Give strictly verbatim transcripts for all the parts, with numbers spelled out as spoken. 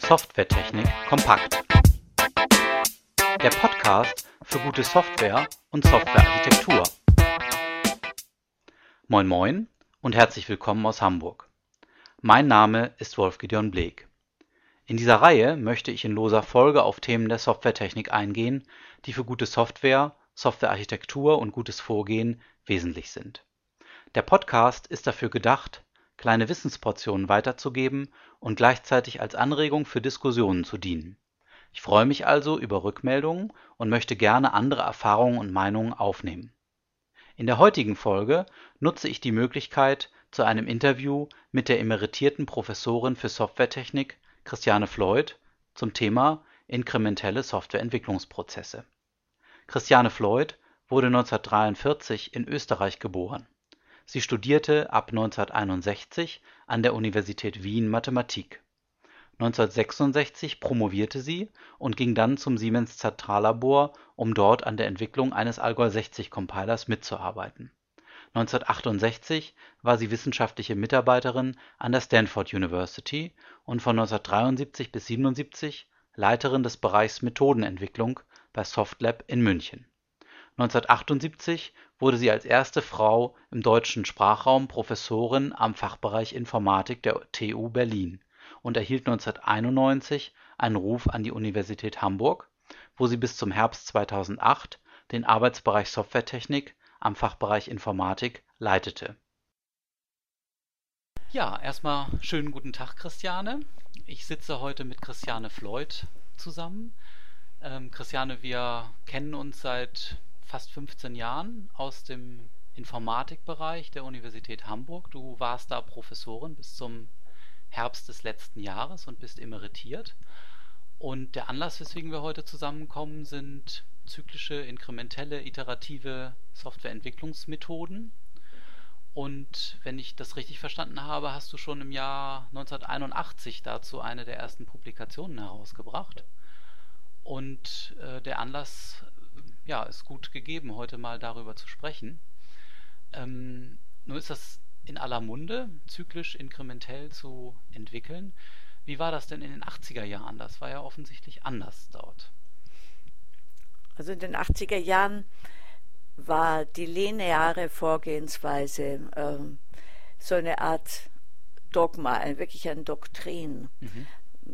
Softwaretechnik kompakt. Der Podcast für gute Software und Softwarearchitektur. Moin moin und herzlich willkommen aus Hamburg. Mein Name ist Wolf-Gideon Bleek. In dieser Reihe möchte ich in loser Folge auf Themen der Softwaretechnik eingehen, die für gute Software, Softwarearchitektur und gutes Vorgehen wesentlich sind. Der Podcast ist dafür gedacht, kleine Wissensportionen weiterzugeben und gleichzeitig als Anregung für Diskussionen zu dienen. Ich freue mich also über Rückmeldungen und möchte gerne andere Erfahrungen und Meinungen aufnehmen. In der heutigen Folge nutze ich die Möglichkeit zu einem Interview mit der emeritierten Professorin für Softwaretechnik Christiane Floyd zum Thema inkrementelle Softwareentwicklungsprozesse. Christiane Floyd wurde neunzehnhundertdreiundvierzig in Österreich geboren. Sie studierte ab neunzehnhunderteinundsechzig an der Universität Wien Mathematik. neunzehnhundertsechsundsechzig promovierte sie und ging dann zum Siemens Zentrallabor, um dort an der Entwicklung eines Allgäu sechzig Compilers mitzuarbeiten. neunzehnhundertachtundsechzig war sie wissenschaftliche Mitarbeiterin an der Stanford University und von neunzehnhundertdreiundsiebzig bis siebenundsiebzig Leiterin des Bereichs Methodenentwicklung bei Softlab in München. neunzehnhundertachtundsiebzig wurde sie als erste Frau im deutschen Sprachraum Professorin am Fachbereich Informatik der T U Berlin und erhielt neunzehnhunderteinundneunzig einen Ruf an die Universität Hamburg, wo sie bis zum Herbst zweitausendacht den Arbeitsbereich Softwaretechnik am Fachbereich Informatik leitete. Ja, erstmal schönen guten Tag, Christiane. Ich sitze heute mit Christiane Floyd zusammen. Ähm, Christiane, wir kennen uns seit fast fünfzehn Jahren aus dem Informatikbereich der Universität Hamburg. Du warst da Professorin bis zum Herbst des letzten Jahres und bist emeritiert. Und der Anlass, weswegen wir heute zusammenkommen, sind zyklische, inkrementelle, iterative Softwareentwicklungsmethoden. Und wenn ich das richtig verstanden habe, hast du schon im Jahr neunzehnhunderteinundachtzig dazu eine der ersten Publikationen herausgebracht. Und äh, der Anlass ja, ist gut gegeben, heute mal darüber zu sprechen. Ähm, nun ist das in aller Munde, zyklisch, inkrementell zu entwickeln. Wie war das denn in den achtziger Jahren? Das war ja offensichtlich anders dort. Also in den achtziger Jahren war die lineare Vorgehensweise ähm, so eine Art Dogma, ein, wirklich eine Doktrin. Mhm.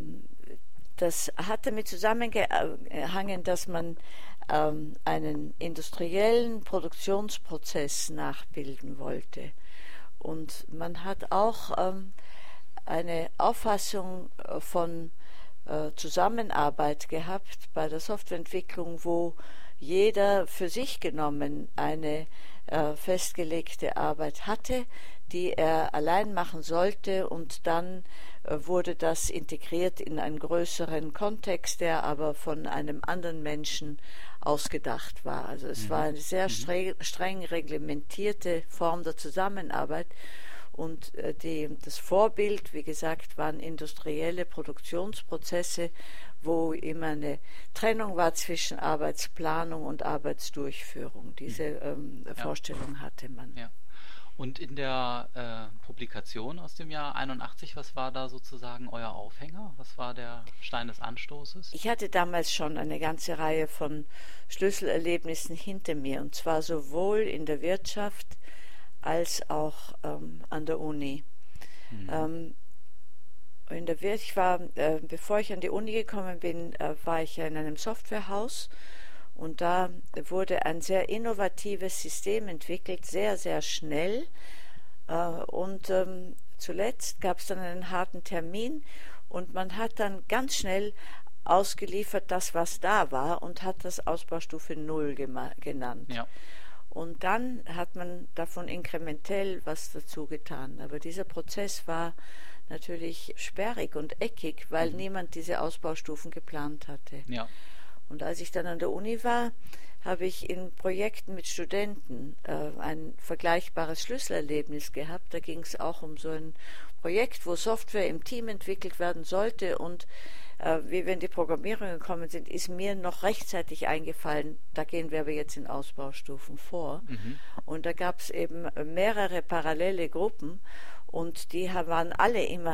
Das hat damit zusammengehangen, dass man ähm, einen industriellen Produktionsprozess nachbilden wollte. Und man hat auch ähm, eine Auffassung von äh, Zusammenarbeit gehabt bei der Softwareentwicklung, wo jeder für sich genommen eine äh, festgelegte Arbeit hatte, die er allein machen sollte, und dann äh, wurde das integriert in einen größeren Kontext, der aber von einem anderen Menschen ausgedacht war. Also es mhm. war eine sehr streng, streng reglementierte Form der Zusammenarbeit, und äh, die, das Vorbild, wie gesagt, waren industrielle Produktionsprozesse, wo immer eine Trennung war zwischen Arbeitsplanung und Arbeitsdurchführung. Diese ähm, ja. Vorstellung hatte man. Ja. Und in der äh, Publikation aus dem Jahr einundachtzig, was war da sozusagen euer Aufhänger? Was war der Stein des Anstoßes? Ich hatte damals schon eine ganze Reihe von Schlüsselerlebnissen hinter mir, und zwar sowohl in der Wirtschaft als auch ähm, an der Uni. Mhm. Ähm, in der Wir- ich war, äh, bevor ich an die Uni gekommen bin, äh, war ich in einem Softwarehaus, und da wurde ein sehr innovatives System entwickelt, sehr, sehr schnell. Äh, und ähm, zuletzt gab es dann einen harten Termin, und man hat dann ganz schnell ausgeliefert das, was da war, und hat das Ausbaustufe null gema- genannt. Ja. Und dann hat man davon inkrementell was dazu getan. Aber dieser Prozess war natürlich sperrig und eckig, weil mhm. niemand diese Ausbaustufen geplant hatte. Ja. Und als ich dann an der Uni war, habe ich in Projekten mit Studenten äh, ein vergleichbares Schlüsselerlebnis gehabt. Da ging es auch um so ein Projekt, wo Software im Team entwickelt werden sollte, und äh, wie wir in die Programmierung gekommen sind, ist mir noch rechtzeitig eingefallen, da gehen wir aber jetzt in Ausbaustufen vor. Mhm. Und da gab es eben mehrere parallele Gruppen, und die waren alle immer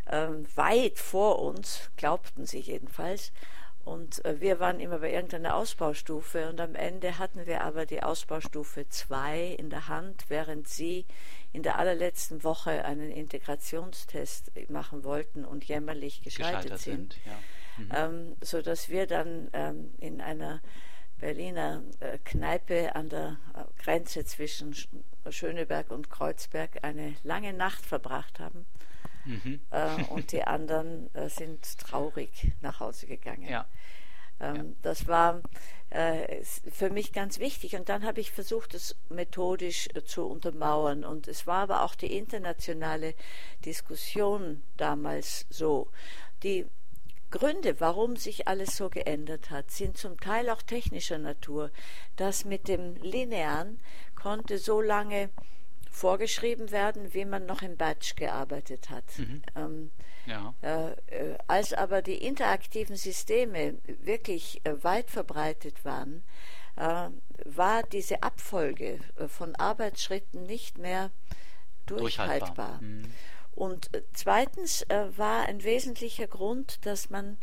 ähm, weit vor uns, glaubten sie jedenfalls. Und äh, wir waren immer bei irgendeiner Ausbaustufe und am Ende hatten wir aber die Ausbaustufe zwei in der Hand, während sie in der allerletzten Woche einen Integrationstest machen wollten und jämmerlich gescheitert, gescheitert sind, sind ja. mhm. ähm, sodass wir dann ähm, in einer Berliner äh, Kneipe an der äh, Grenze zwischen Schöneberg und Kreuzberg eine lange Nacht verbracht haben. Mhm. Äh, und die anderen äh, sind traurig nach Hause gegangen. Ja. Ähm, ja. Das war äh, für mich ganz wichtig. Und dann habe ich versucht, es methodisch äh, zu untermauern. Und es war aber auch die internationale Diskussion damals so. Die Gründe, warum sich alles so geändert hat, sind zum Teil auch technischer Natur. Das mit dem Linearen konnte so lange vorgeschrieben werden, wie man noch im Batch gearbeitet hat. Mhm. Ähm, ja. äh, als aber die interaktiven Systeme wirklich äh, weit verbreitet waren, äh, war diese Abfolge äh, von Arbeitsschritten nicht mehr durchhaltbar. Mhm. Und äh, zweitens äh, war ein wesentlicher Grund, dass man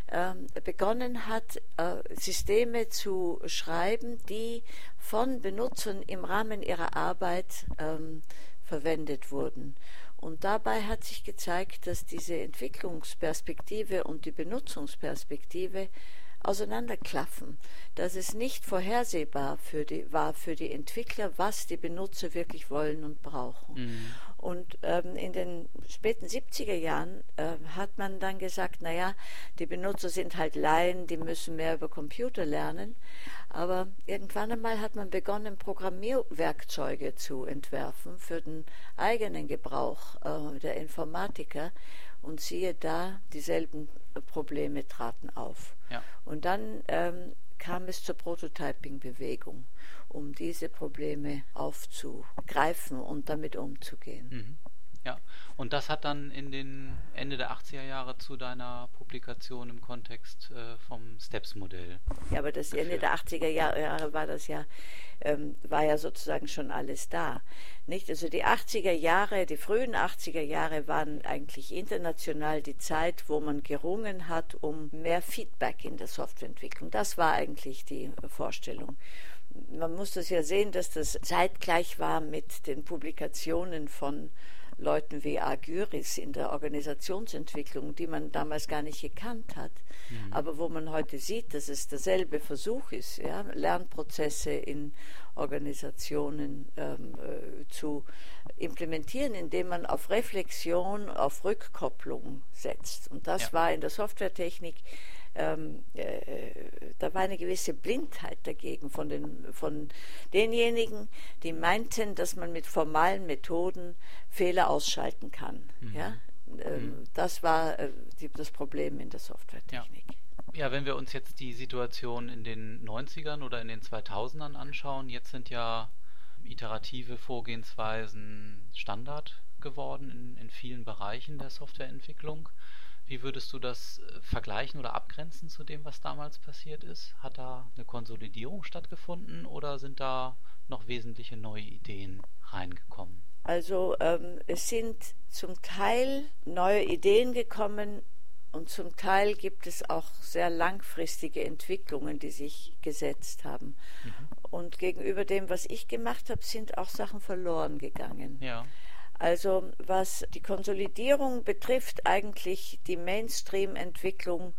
begonnen hat, Systeme zu schreiben, die von Benutzern im Rahmen ihrer Arbeit ähm, verwendet wurden. Und dabei hat sich gezeigt, dass diese Entwicklungsperspektive und die Benutzungsperspektive auseinanderklaffen, dass es nicht vorhersehbar für die, war für die Entwickler, was die Benutzer wirklich wollen und brauchen. Mhm. Und ähm, in den späten siebziger Jahren äh, hat man dann gesagt, naja, die Benutzer sind halt Laien, die müssen mehr über Computer lernen. Aber irgendwann einmal hat man begonnen, Programmierwerkzeuge zu entwerfen für den eigenen Gebrauch äh, der Informatiker. Und siehe da, dieselben Probleme traten auf. Ja. Und dann ähm, kam es zur Prototyping-Bewegung, um diese Probleme aufzugreifen und damit umzugehen. Mhm. Ja, und das hat dann in den Ende der achtziger Jahre zu deiner Publikation im Kontext äh, vom STEPS-Modell. Ja, aber das geführt. Ende der achtziger Jahre war das ja, ähm, war ja sozusagen schon alles da. Nicht? Also die achtziger Jahre, die frühen achtziger Jahre waren eigentlich international die Zeit, wo man gerungen hat um mehr Feedback in der Softwareentwicklung. Das war eigentlich die Vorstellung. Man muss das ja sehen, dass das zeitgleich war mit den Publikationen von Leuten wie Argyris in der Organisationsentwicklung, die man damals gar nicht gekannt hat, mhm. aber wo man heute sieht, dass es derselbe Versuch ist, ja, Lernprozesse in Organisationen ähm, äh, zu implementieren, indem man auf Reflexion, auf Rückkopplung setzt. Und das ja. war in der Softwaretechnik Ähm, äh, da war eine gewisse Blindheit dagegen von, den, von denjenigen, die meinten, dass man mit formalen Methoden Fehler ausschalten kann. Mhm. Ja? Ähm, mhm. Das war äh, die, das Problem in der Softwaretechnik. Ja. ja, wenn wir uns jetzt die Situation in den neunzigern oder in den zweitausendern anschauen, jetzt sind ja iterative Vorgehensweisen Standard geworden in, in vielen Bereichen der Softwareentwicklung. Wie würdest du das vergleichen oder abgrenzen zu dem, was damals passiert ist? Hat da eine Konsolidierung stattgefunden oder sind da noch wesentliche neue Ideen reingekommen? Also ähm, es sind zum Teil neue Ideen gekommen und zum Teil gibt es auch sehr langfristige Entwicklungen, die sich gesetzt haben. Mhm. Und gegenüber dem, was ich gemacht habe, sind auch Sachen verloren gegangen. Ja. Also was die Konsolidierung betrifft, eigentlich die Mainstream-Entwicklung,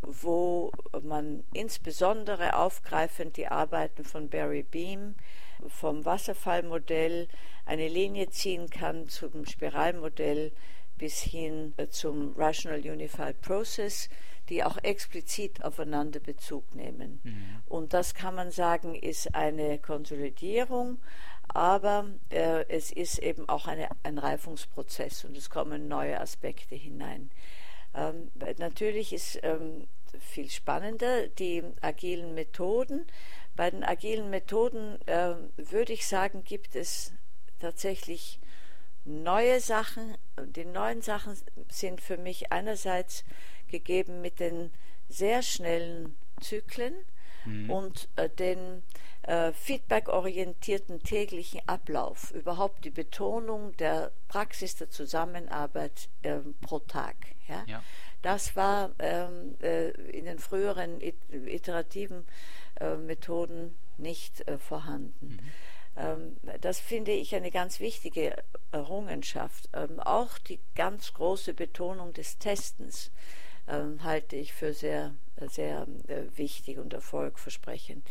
wo man insbesondere aufgreifend die Arbeiten von Barry Beam vom Wasserfallmodell eine Linie ziehen kann zum Spiralmodell bis hin zum Rational Unified Process, die auch explizit aufeinander Bezug nehmen. Mhm. Und das kann man sagen, ist eine Konsolidierung, aber äh, es ist eben auch eine, ein Reifungsprozess und es kommen neue Aspekte hinein. Ähm, natürlich ist ähm, viel spannender die agilen Methoden. Bei den agilen Methoden äh, würde ich sagen, gibt es tatsächlich neue Sachen. Die neuen Sachen sind für mich einerseits gegeben mit den sehr schnellen Zyklen. mhm. und äh, den äh, feedbackorientierten täglichen Ablauf, überhaupt die Betonung der Praxis der Zusammenarbeit äh, pro Tag. Ja? Ja. Das war ähm, äh, in den früheren iterativen äh, Methoden nicht äh, vorhanden. Mhm. Ähm, das finde ich eine ganz wichtige Errungenschaft. Ähm, auch die ganz große Betonung des Testens ähm, halte ich für sehr, sehr äh, wichtig und erfolgversprechend.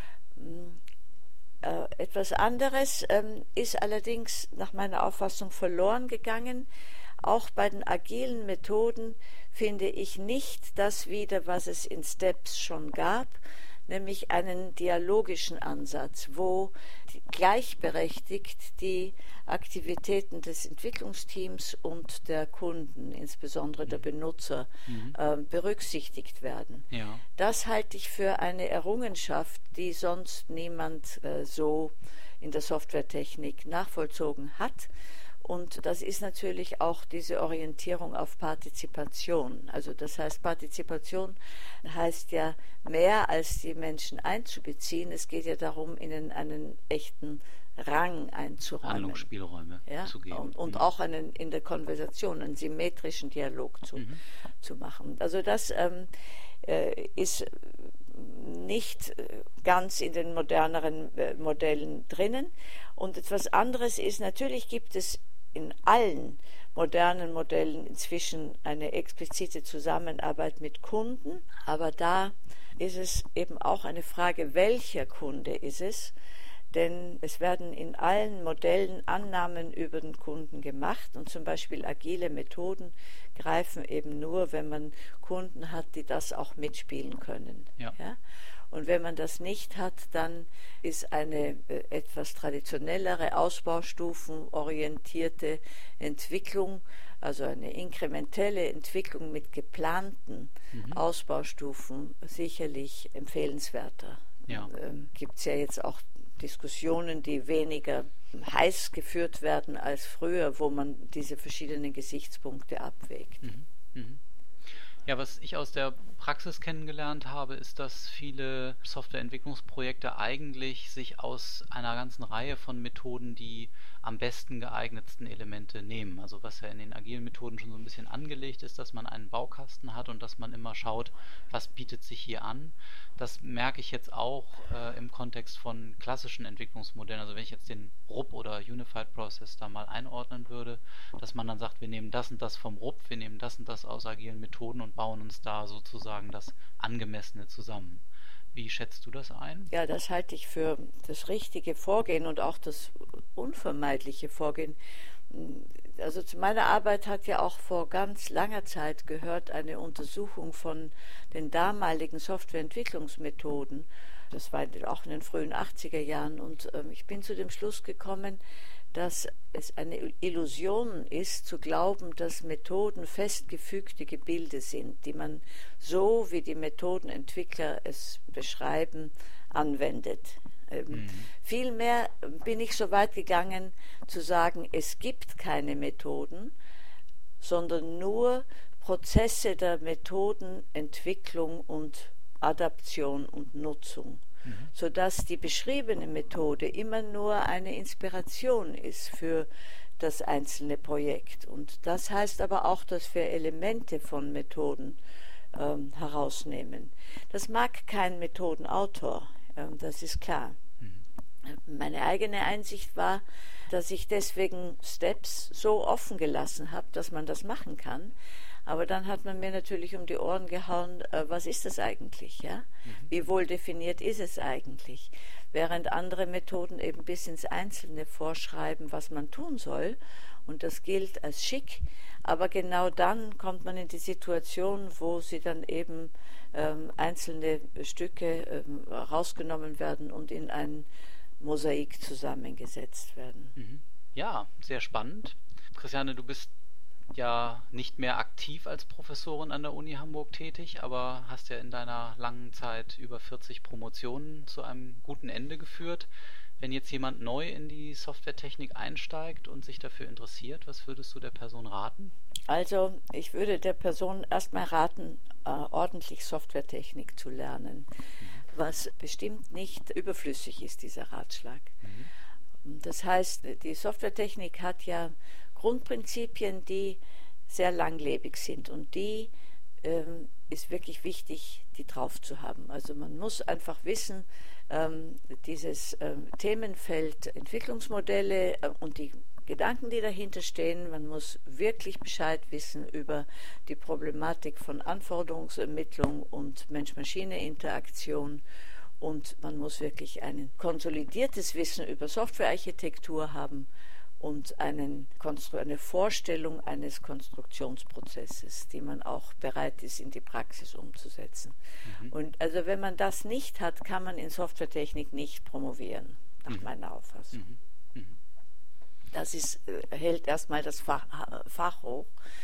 Äh, etwas anderes ähm, ist allerdings nach meiner Auffassung verloren gegangen. Auch bei den agilen Methoden finde ich nicht das wieder, was es in Steps schon gab, nämlich einen dialogischen Ansatz, wo die gleichberechtigt die Aktivitäten des Entwicklungsteams und der Kunden, insbesondere der Benutzer, mhm. äh, berücksichtigt werden. Ja. Das halte ich für eine Errungenschaft, die sonst niemand äh, so in der Softwaretechnik nachvollzogen hat. Und das ist natürlich auch diese Orientierung auf Partizipation. Also das heißt, Partizipation heißt ja mehr als die Menschen einzubeziehen. Es geht ja darum, ihnen einen echten Rang einzuräumen. Handlungsspielräume ja? zu geben. Und, und mhm. auch einen, in der Konversation einen symmetrischen Dialog zu, mhm. zu machen. Also das ähm, äh, ist nicht ganz in den moderneren äh, Modellen drinnen. Und etwas anderes ist, natürlich gibt es in allen modernen Modellen inzwischen eine explizite Zusammenarbeit mit Kunden, aber da ist es eben auch eine Frage, welcher Kunde ist es, denn es werden in allen Modellen Annahmen über den Kunden gemacht und zum Beispiel agile Methoden greifen eben nur, wenn man Kunden hat, die das auch mitspielen können. Ja. Ja? Und wenn man das nicht hat, dann ist eine äh, etwas traditionellere, ausbaustufenorientierte Entwicklung, also eine inkrementelle Entwicklung mit geplanten mhm. Ausbaustufen sicherlich empfehlenswerter. Ja. Ähm, gibt es ja jetzt auch Diskussionen, die weniger heiß geführt werden als früher, wo man diese verschiedenen Gesichtspunkte abwägt. Mhm. Mhm. Ja, was ich aus der Praxis kennengelernt habe, ist, dass viele Softwareentwicklungsprojekte eigentlich sich aus einer ganzen Reihe von Methoden die am besten geeignetsten Elemente nehmen. Also was ja in den agilen Methoden schon so ein bisschen angelegt ist, dass man einen Baukasten hat und dass man immer schaut, was bietet sich hier an. Das merke ich jetzt auch äh, im Kontext von klassischen Entwicklungsmodellen. Also wenn ich jetzt den R U P oder Unified Process da mal einordnen würde, dass man dann sagt, wir nehmen das und das vom R U P, wir nehmen das und das aus agilen Methoden und bauen uns da sozusagen das Angemessene zusammen. Wie schätzt du das ein? Ja, das halte ich für das richtige Vorgehen und auch das unvermeidliche Vorgehen. Also zu meiner Arbeit hat ja auch vor ganz langer Zeit gehört eine Untersuchung von den damaligen Softwareentwicklungsmethoden. Das war auch in den frühen achtziger Jahren und äh, ich bin zu dem Schluss gekommen, dass es eine Illusion ist, zu glauben, dass Methoden festgefügte Gebilde sind, die man so, wie die Methodenentwickler es beschreiben, anwendet. Ähm, mhm. Vielmehr bin ich so weit gegangen, zu sagen, es gibt keine Methoden, sondern nur Prozesse der Methodenentwicklung und Adaption und Nutzung. Mhm. Sodass die beschriebene Methode immer nur eine Inspiration ist für das einzelne Projekt. Und das heißt aber auch, dass wir Elemente von Methoden ähm, herausnehmen. Das mag kein Methodenautor, ähm, das ist klar. Mhm. Meine eigene Einsicht war, dass ich deswegen Steps so offen gelassen habe, dass man das machen kann. Aber dann hat man mir natürlich um die Ohren gehauen, äh, was ist das eigentlich? Ja? Mhm. Wie wohl definiert ist es eigentlich? Während andere Methoden eben bis ins Einzelne vorschreiben, was man tun soll. Und das gilt als schick. Aber genau dann kommt man in die Situation, wo sie dann eben ähm, einzelne Stücke ähm, rausgenommen werden und in ein Mosaik zusammengesetzt werden. Mhm. Ja, sehr spannend. Christiane, du bist ja nicht mehr aktiv als Professorin an der Uni Hamburg tätig, aber hast ja in deiner langen Zeit über vierzig Promotionen zu einem guten Ende geführt. Wenn jetzt jemand neu in die Softwaretechnik einsteigt und sich dafür interessiert, was würdest du der Person raten? Also ich würde der Person erstmal raten, äh, ordentlich Softwaretechnik zu lernen, mhm. was bestimmt nicht überflüssig ist, dieser Ratschlag. Mhm. Das heißt, die Softwaretechnik hat ja Grundprinzipien, die sehr langlebig sind und die ähm, ist wirklich wichtig, die drauf zu haben. Also man muss einfach wissen, ähm, dieses ähm, Themenfeld Entwicklungsmodelle äh, und die Gedanken, die dahinter stehen, man muss wirklich Bescheid wissen über die Problematik von Anforderungsermittlung und Mensch-Maschine-Interaktion und man muss wirklich ein konsolidiertes Wissen über Softwarearchitektur haben und einen, eine Vorstellung eines Konstruktionsprozesses, die man auch bereit ist, in die Praxis umzusetzen. Mhm. Und also wenn man das nicht hat, kann man in Softwaretechnik nicht promovieren, nach mhm. meiner Auffassung. Mhm. Mhm. Das ist, hält erstmal das Fach, Fach hoch.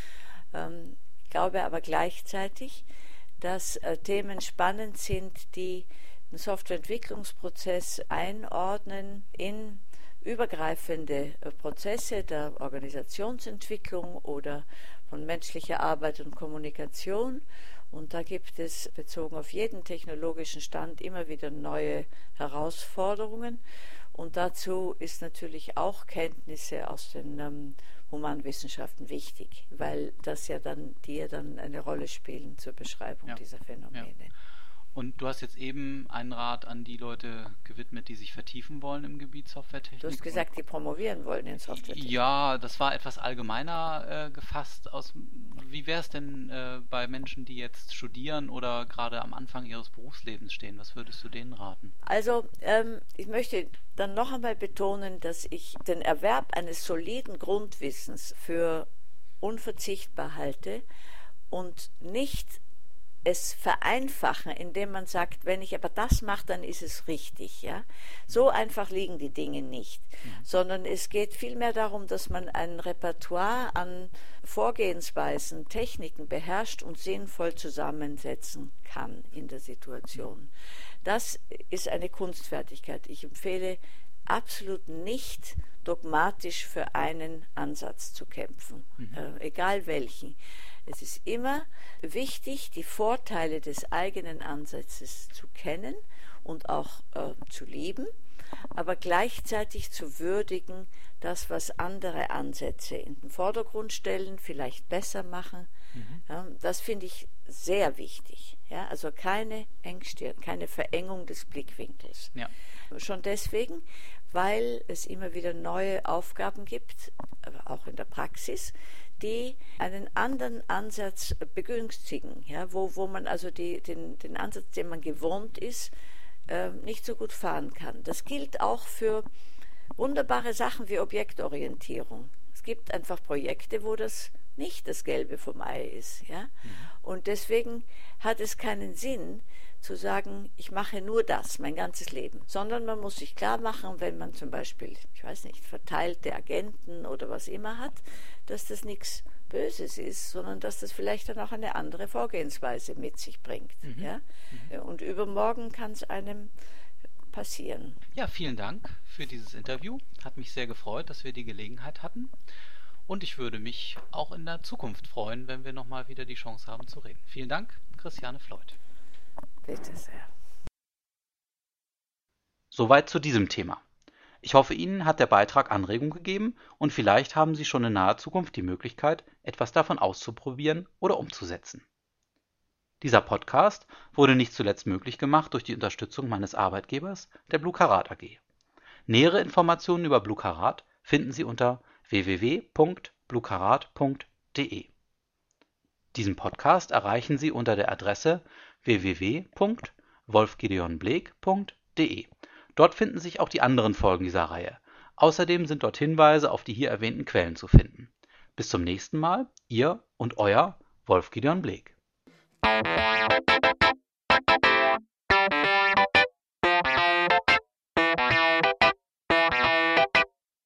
Ähm, ich glaube aber gleichzeitig, dass äh, Themen spannend sind, die den Softwareentwicklungsprozess einordnen in übergreifende Prozesse der Organisationsentwicklung oder von menschlicher Arbeit und Kommunikation. Und da gibt es bezogen auf jeden technologischen Stand immer wieder neue Herausforderungen. Und dazu ist natürlich auch Kenntnisse aus den ähm, Humanwissenschaften wichtig, weil das ja dann, die ja dann eine Rolle spielen zur Beschreibung ja. dieser Phänomene. Ja. Und du hast jetzt eben einen Rat an die Leute gewidmet, die sich vertiefen wollen im Gebiet Softwaretechnik. Du hast gesagt, die promovieren wollen in Softwaretechnik. Ja, das war etwas allgemeiner äh, gefasst. Aus, wie wäre es denn äh, bei Menschen, die jetzt studieren oder gerade am Anfang ihres Berufslebens stehen? Was würdest du denen raten? Also, ähm, ich möchte dann noch einmal betonen, dass ich den Erwerb eines soliden Grundwissens für unverzichtbar halte und nicht es vereinfachen, indem man sagt, wenn ich aber das mache, dann ist es richtig. Ja? So einfach liegen die Dinge nicht, mhm. sondern es geht vielmehr darum, dass man ein Repertoire an Vorgehensweisen, Techniken beherrscht und sinnvoll zusammensetzen kann in der Situation. Das ist eine Kunstfertigkeit. Ich empfehle absolut nicht dogmatisch für einen Ansatz zu kämpfen, mhm. äh, egal welchen. Es ist immer wichtig, die Vorteile des eigenen Ansatzes zu kennen und auch äh, zu lieben, aber gleichzeitig zu würdigen, das, was andere Ansätze in den Vordergrund stellen, vielleicht besser machen. Mhm. Ja, das finde ich sehr wichtig. Ja? Also keine Engstirn, keine Verengung des Blickwinkels. Ja. Schon deswegen, weil es immer wieder neue Aufgaben gibt, auch in der Praxis, die einen anderen Ansatz begünstigen, ja, wo, wo man also die, den, den Ansatz, den man gewohnt ist, äh, nicht so gut fahren kann. Das gilt auch für wunderbare Sachen wie Objektorientierung. Es gibt einfach Projekte, wo das nicht das Gelbe vom Ei ist. Ja? Mhm. Und deswegen hat es keinen Sinn, zu sagen, ich mache nur das mein ganzes Leben, sondern man muss sich klar machen, wenn man zum Beispiel, ich weiß nicht, verteilte Agenten oder was immer hat, dass das nichts Böses ist, sondern dass das vielleicht dann auch eine andere Vorgehensweise mit sich bringt. Mhm. Ja? Mhm. Und übermorgen kann es einem passieren. Ja, vielen Dank für dieses Interview. Hat mich sehr gefreut, dass wir die Gelegenheit hatten. Und ich würde mich auch in der Zukunft freuen, wenn wir nochmal wieder die Chance haben zu reden. Vielen Dank, Christiane Floyd. Bitte sehr. Soweit zu diesem Thema. Ich hoffe, Ihnen hat der Beitrag Anregung gegeben und vielleicht haben Sie schon in naher Zukunft die Möglichkeit, etwas davon auszuprobieren oder umzusetzen. Dieser Podcast wurde nicht zuletzt möglich gemacht durch die Unterstützung meines Arbeitgebers, der Blukarat A G. Nähere Informationen über Blukarat finden Sie unter w w w punkt blukarat punkt d e. Diesen Podcast erreichen Sie unter der Adresse w w w punkt wolf gideon bleek punkt d e. Dort finden sich auch die anderen Folgen dieser Reihe. Außerdem sind dort Hinweise auf die hier erwähnten Quellen zu finden. Bis zum nächsten Mal, Ihr und Euer Wolf Gideon Bleek.